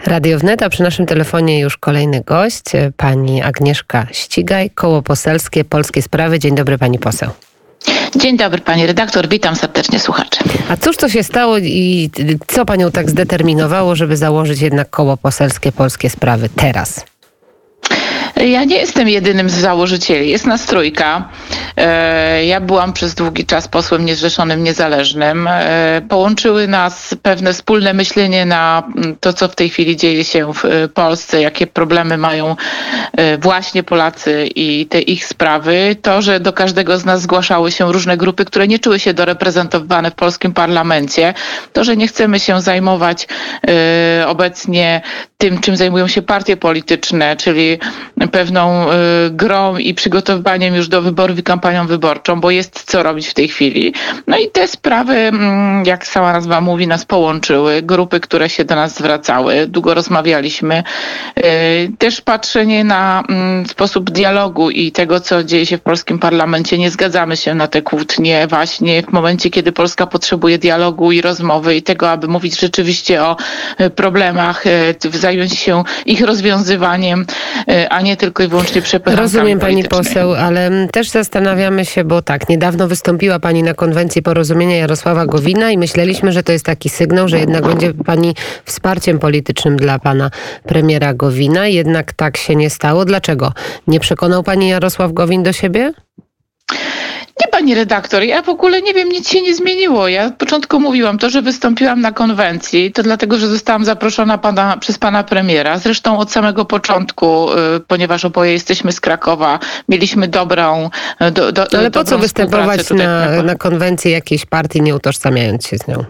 Radio Wnet, a przy naszym telefonie już kolejny gość, pani Agnieszka Ścigaj, Koło Poselskie Polskie Sprawy. Dzień dobry, pani poseł. Dzień dobry, pani redaktor. Witam serdecznie słuchaczy. A cóż to się stało i co panią tak zdeterminowało, żeby założyć jednak Koło Poselskie Polskie Sprawy teraz? Ja nie jestem jedynym z założycieli. Jest nas trójka. Ja byłam przez długi czas posłem niezrzeszonym, niezależnym. Połączyły nas pewne wspólne myślenie na to, co w tej chwili dzieje się w Polsce, jakie problemy mają właśnie Polacy i te ich sprawy. To, że do każdego z nas zgłaszały się różne grupy, które nie czuły się doreprezentowane w polskim parlamencie. To, że nie chcemy się zajmować obecnie tym, czym zajmują się partie polityczne, czyli pewną grą i przygotowywaniem już do wyborów i kampanią wyborczą, bo jest co robić w tej chwili. No i te sprawy, jak sama nazwa mówi, nas połączyły. Grupy, które się do nas zwracały. Długo rozmawialiśmy. Też patrzenie na sposób dialogu i tego, co dzieje się w polskim parlamencie. Nie zgadzamy się na te kłótnie właśnie w momencie, kiedy Polska potrzebuje dialogu i rozmowy i tego, aby mówić rzeczywiście o problemach, zająć się ich rozwiązywaniem, a nie tylko i wyłącznie przepychankami. Rozumiem, pani poseł, ale też zastanawiamy się, bo tak, niedawno wystąpiła pani na konwencji Porozumienia Jarosława Gowina i myśleliśmy, że to jest taki sygnał, że jednak będzie pani wsparciem politycznym dla pana premiera Gowina. Jednak tak się nie stało. Dlaczego? Nie przekonał pani Jarosław Gowin do siebie? Nie, pani redaktor, ja w ogóle nie wiem, nic się nie zmieniło. Ja od początku mówiłam to, że wystąpiłam na konwencji, to dlatego, że zostałam zaproszona przez pana premiera. Zresztą od samego początku, ponieważ oboje jesteśmy z Krakowa, mieliśmy dobrą Ale po co występować na konwencji jakiejś partii, nie utożsamiając się z nią?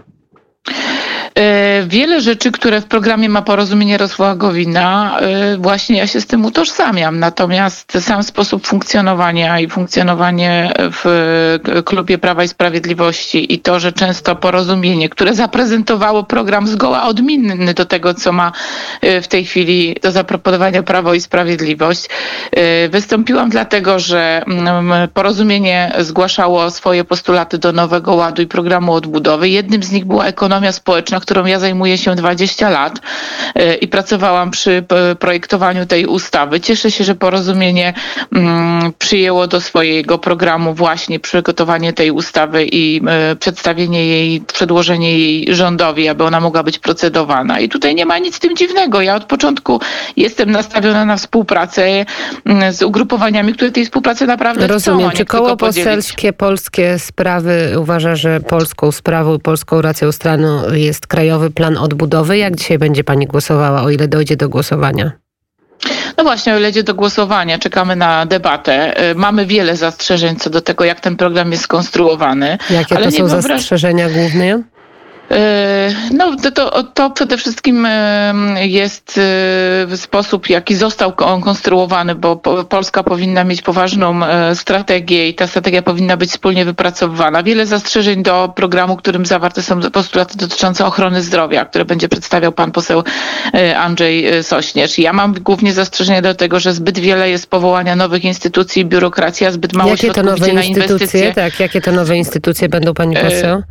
Wiele rzeczy, które w programie ma Porozumienie Jarosława Gowina, właśnie ja się z tym utożsamiam. Natomiast sam sposób funkcjonowania i funkcjonowanie w klubie Prawa i Sprawiedliwości i to, że często Porozumienie, które zaprezentowało program zgoła odmienny do tego, co ma w tej chwili do zaproponowania Prawo i Sprawiedliwość. Wystąpiłam dlatego, że Porozumienie zgłaszało swoje postulaty do Nowego Ładu i programu odbudowy. Jednym z nich była ekonomia społeczna, którą ja zajmuję się 20 lat i pracowałam przy projektowaniu tej ustawy. Cieszę się, że Porozumienie przyjęło do swojego programu właśnie przygotowanie tej ustawy i przedstawienie jej, przedłożenie jej rządowi, aby ona mogła być procedowana. I tutaj nie ma nic z tym dziwnego. Ja od początku jestem nastawiona na współpracę z ugrupowaniami, które tej współpracy naprawdę chcą. Rozumiem. Czy Koło Poselskie Polskie Sprawy uważa, że polską sprawą i polską racją stanu jest Krajowy Plan Odbudowy? Jak dzisiaj będzie pani głosowała, o ile dojdzie do głosowania? No właśnie, o ile dojdzie do głosowania, czekamy na debatę. Mamy wiele zastrzeżeń co do tego, jak ten program jest skonstruowany. Jakie to są zastrzeżenia główne? No to przede wszystkim jest sposób, jaki został on konstruowany, bo Polska powinna mieć poważną strategię i ta strategia powinna być wspólnie wypracowywana. Wiele zastrzeżeń do programu, którym zawarte są postulaty dotyczące ochrony zdrowia, które będzie przedstawiał pan poseł Andrzej Sośnierz. Ja mam głównie zastrzeżenia do tego, że zbyt wiele jest powołania nowych instytucji i biurokracji, a zbyt mało środków idzie na inwestycje. Tak, jakie to nowe instytucje będą, pani poseł?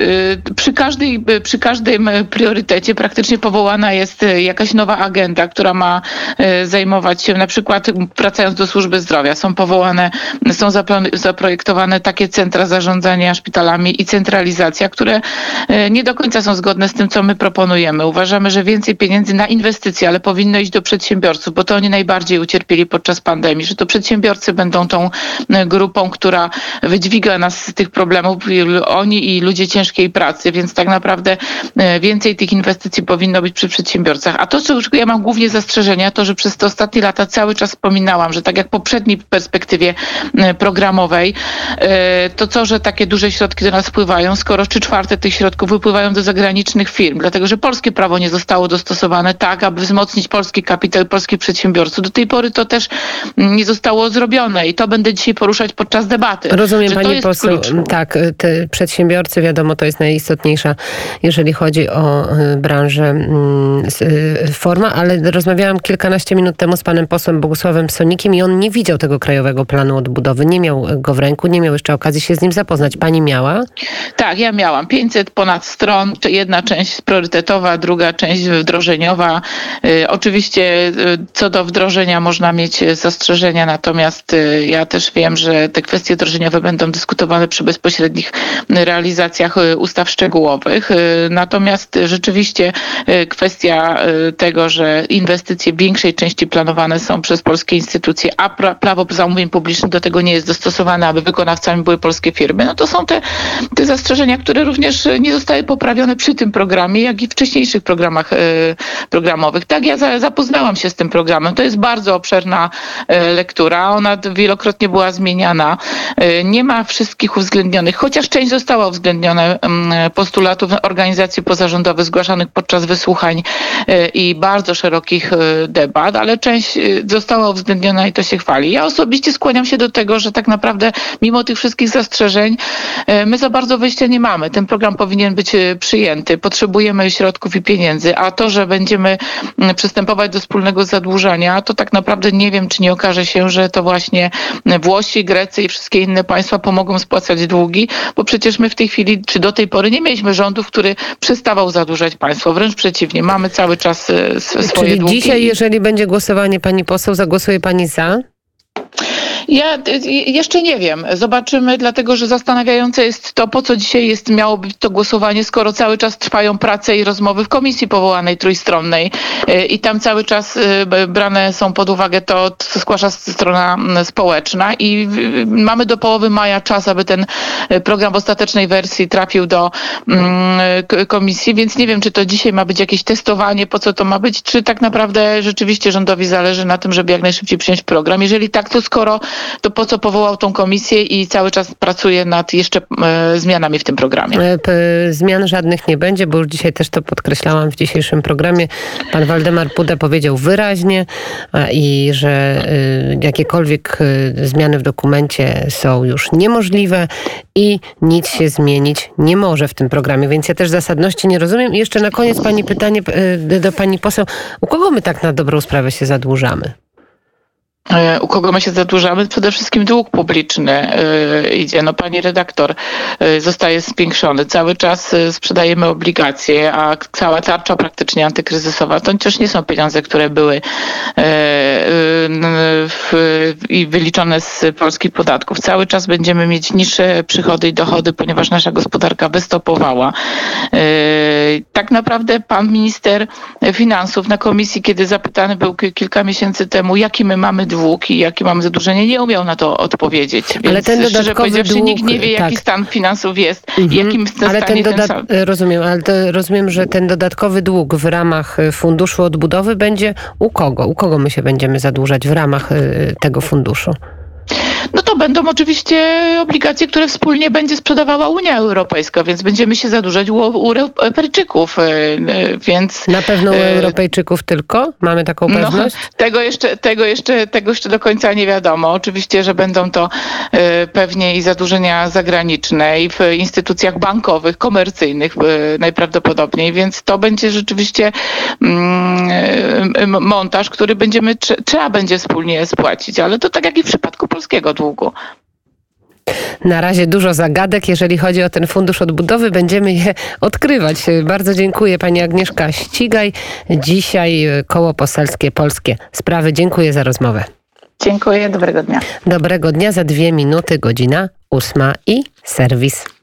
Przy każdym priorytecie praktycznie powołana jest jakaś nowa agenda, która ma zajmować się, na przykład wracając do służby zdrowia, są zaprojektowane takie centra zarządzania szpitalami i centralizacja, które nie do końca są zgodne z tym, co my proponujemy. Uważamy, że więcej pieniędzy na inwestycje, ale powinno iść do przedsiębiorców, bo to oni najbardziej ucierpieli podczas pandemii, że to przedsiębiorcy będą tą grupą, która wydźwiga nas z tych problemów, oni i ludzie ciężkiej pracy, więc tak naprawdę więcej tych inwestycji powinno być przy przedsiębiorcach. A to, co ja mam głównie zastrzeżenia, to, że przez te ostatnie lata cały czas wspominałam, że tak jak w poprzedniej perspektywie programowej, że takie duże środki do nas wpływają, skoro 3/4 tych środków wypływają do zagranicznych firm, dlatego że polskie prawo nie zostało dostosowane tak, aby wzmocnić polski kapitał i polskich przedsiębiorców. Do tej pory to też nie zostało zrobione i to będę dzisiaj poruszać podczas debaty. Rozumiem, pani poseł. Tak, te przedsiębiorcy, wiadomo, to jest najistotniejsza jeżeli chodzi o branżę Forma, ale rozmawiałam kilkanaście minut temu z panem posłem Bogusławem Sonikiem i on nie widział tego Krajowego Planu Odbudowy, nie miał go w ręku, nie miał jeszcze okazji się z nim zapoznać. Pani miała? Tak, ja miałam 500 ponad stron, jedna część priorytetowa, druga część wdrożeniowa. Oczywiście co do wdrożenia można mieć zastrzeżenia, natomiast ja też wiem, że te kwestie wdrożeniowe będą dyskutowane przy bezpośrednich realizacjach ustaw szczegółowych. Natomiast rzeczywiście kwestia tego, że inwestycje w większej części planowane są przez polskie instytucje, a prawo zamówień publicznych do tego nie jest dostosowane, aby wykonawcami były polskie firmy, no to są te zastrzeżenia, które również nie zostały poprawione przy tym programie, jak i w wcześniejszych programach programowych. Tak, ja zapoznałam się z tym programem. To jest bardzo obszerna lektura. Ona wielokrotnie była zmieniana. Nie ma wszystkich uwzględnionych, chociaż część została uwzględniona postulatów organizacji pozarządowych zgłaszanych podczas wysłuchań i bardzo szerokich debat, ale część została uwzględniona i to się chwali. Ja osobiście skłaniam się do tego, że tak naprawdę mimo tych wszystkich zastrzeżeń my za bardzo wyjścia nie mamy. Ten program powinien być przyjęty. Potrzebujemy środków i pieniędzy, a to, że będziemy przystępować do wspólnego zadłużania, to tak naprawdę nie wiem, czy nie okaże się, że to właśnie Włosi, Grecy i wszystkie inne państwa pomogą spłacać długi, bo przecież my w tej chwili, czy do tej pory nie mieliśmy rządów, który przestawał zadłużać państwo. Wręcz przeciwnie, mamy cały czas swoje Czyli długi. dzisiaj, jeżeli będzie głosowanie, pani poseł, zagłosuje pani za? Ja jeszcze nie wiem. Zobaczymy, dlatego że zastanawiające jest to, po co dzisiaj miało być to głosowanie, skoro cały czas trwają prace i rozmowy w komisji powołanej trójstronnej i tam cały czas brane są pod uwagę to, co zgłasza strona społeczna i mamy do połowy maja czas, aby ten program w ostatecznej wersji trafił do komisji, więc nie wiem, czy to dzisiaj ma być jakieś testowanie, po co to ma być, czy tak naprawdę rzeczywiście rządowi zależy na tym, żeby jak najszybciej przyjąć program. Jeżeli tak, to to po co powołał tą komisję i cały czas pracuje nad jeszcze zmianami w tym programie? Zmian żadnych nie będzie, bo już dzisiaj też to podkreślałam w dzisiejszym programie. Pan Waldemar Buda powiedział wyraźnie, i że jakiekolwiek zmiany w dokumencie są już niemożliwe i nic się zmienić nie może w tym programie, więc ja też zasadności nie rozumiem. I jeszcze na koniec pytanie do pani poseł. U kogo my tak na dobrą sprawę się zadłużamy? U kogo my się zadłużamy? Przede wszystkim dług publiczny idzie. No pani redaktor, zostaje zwiększony. Cały czas sprzedajemy obligacje, a cała tarcza praktycznie antykryzysowa to też nie są pieniądze, które były i wyliczone z polskich podatków. Cały czas będziemy mieć niższe przychody i dochody, ponieważ nasza gospodarka wystopowała. Tak naprawdę pan minister finansów na komisji, kiedy zapytany był kilka miesięcy temu, jaki my mamy dług i jakie mamy zadłużenie, nie umiał na to odpowiedzieć. Więc ale ten dodatkowy dług, nikt nie wie, jaki stan finansów jest, jakim stanie rozumiem, że ten dodatkowy dług w ramach Funduszu Odbudowy będzie u kogo? U kogo my się będziemy zadłużać w ramach tego funduszu? No to będą oczywiście obligacje, które wspólnie będzie sprzedawała Unia Europejska, więc będziemy się zadłużać u Europejczyków, więc... Na pewno u Europejczyków tylko? Mamy taką pewność? Tego jeszcze do końca nie wiadomo. Oczywiście, że będą to pewnie i zadłużenia zagraniczne i w instytucjach bankowych, komercyjnych najprawdopodobniej, więc to będzie rzeczywiście montaż, który trzeba będzie wspólnie spłacić, ale to tak jak i w przypadku polskiego długu. Na razie dużo zagadek, jeżeli chodzi o ten Fundusz Odbudowy. Będziemy je odkrywać. Bardzo dziękuję, pani Agnieszka Ścigaj. Dzisiaj Koło Poselskie Polskie Sprawy. Dziękuję za rozmowę. Dziękuję, dobrego dnia. Dobrego dnia, za 2 minuty, godzina 8 i serwis.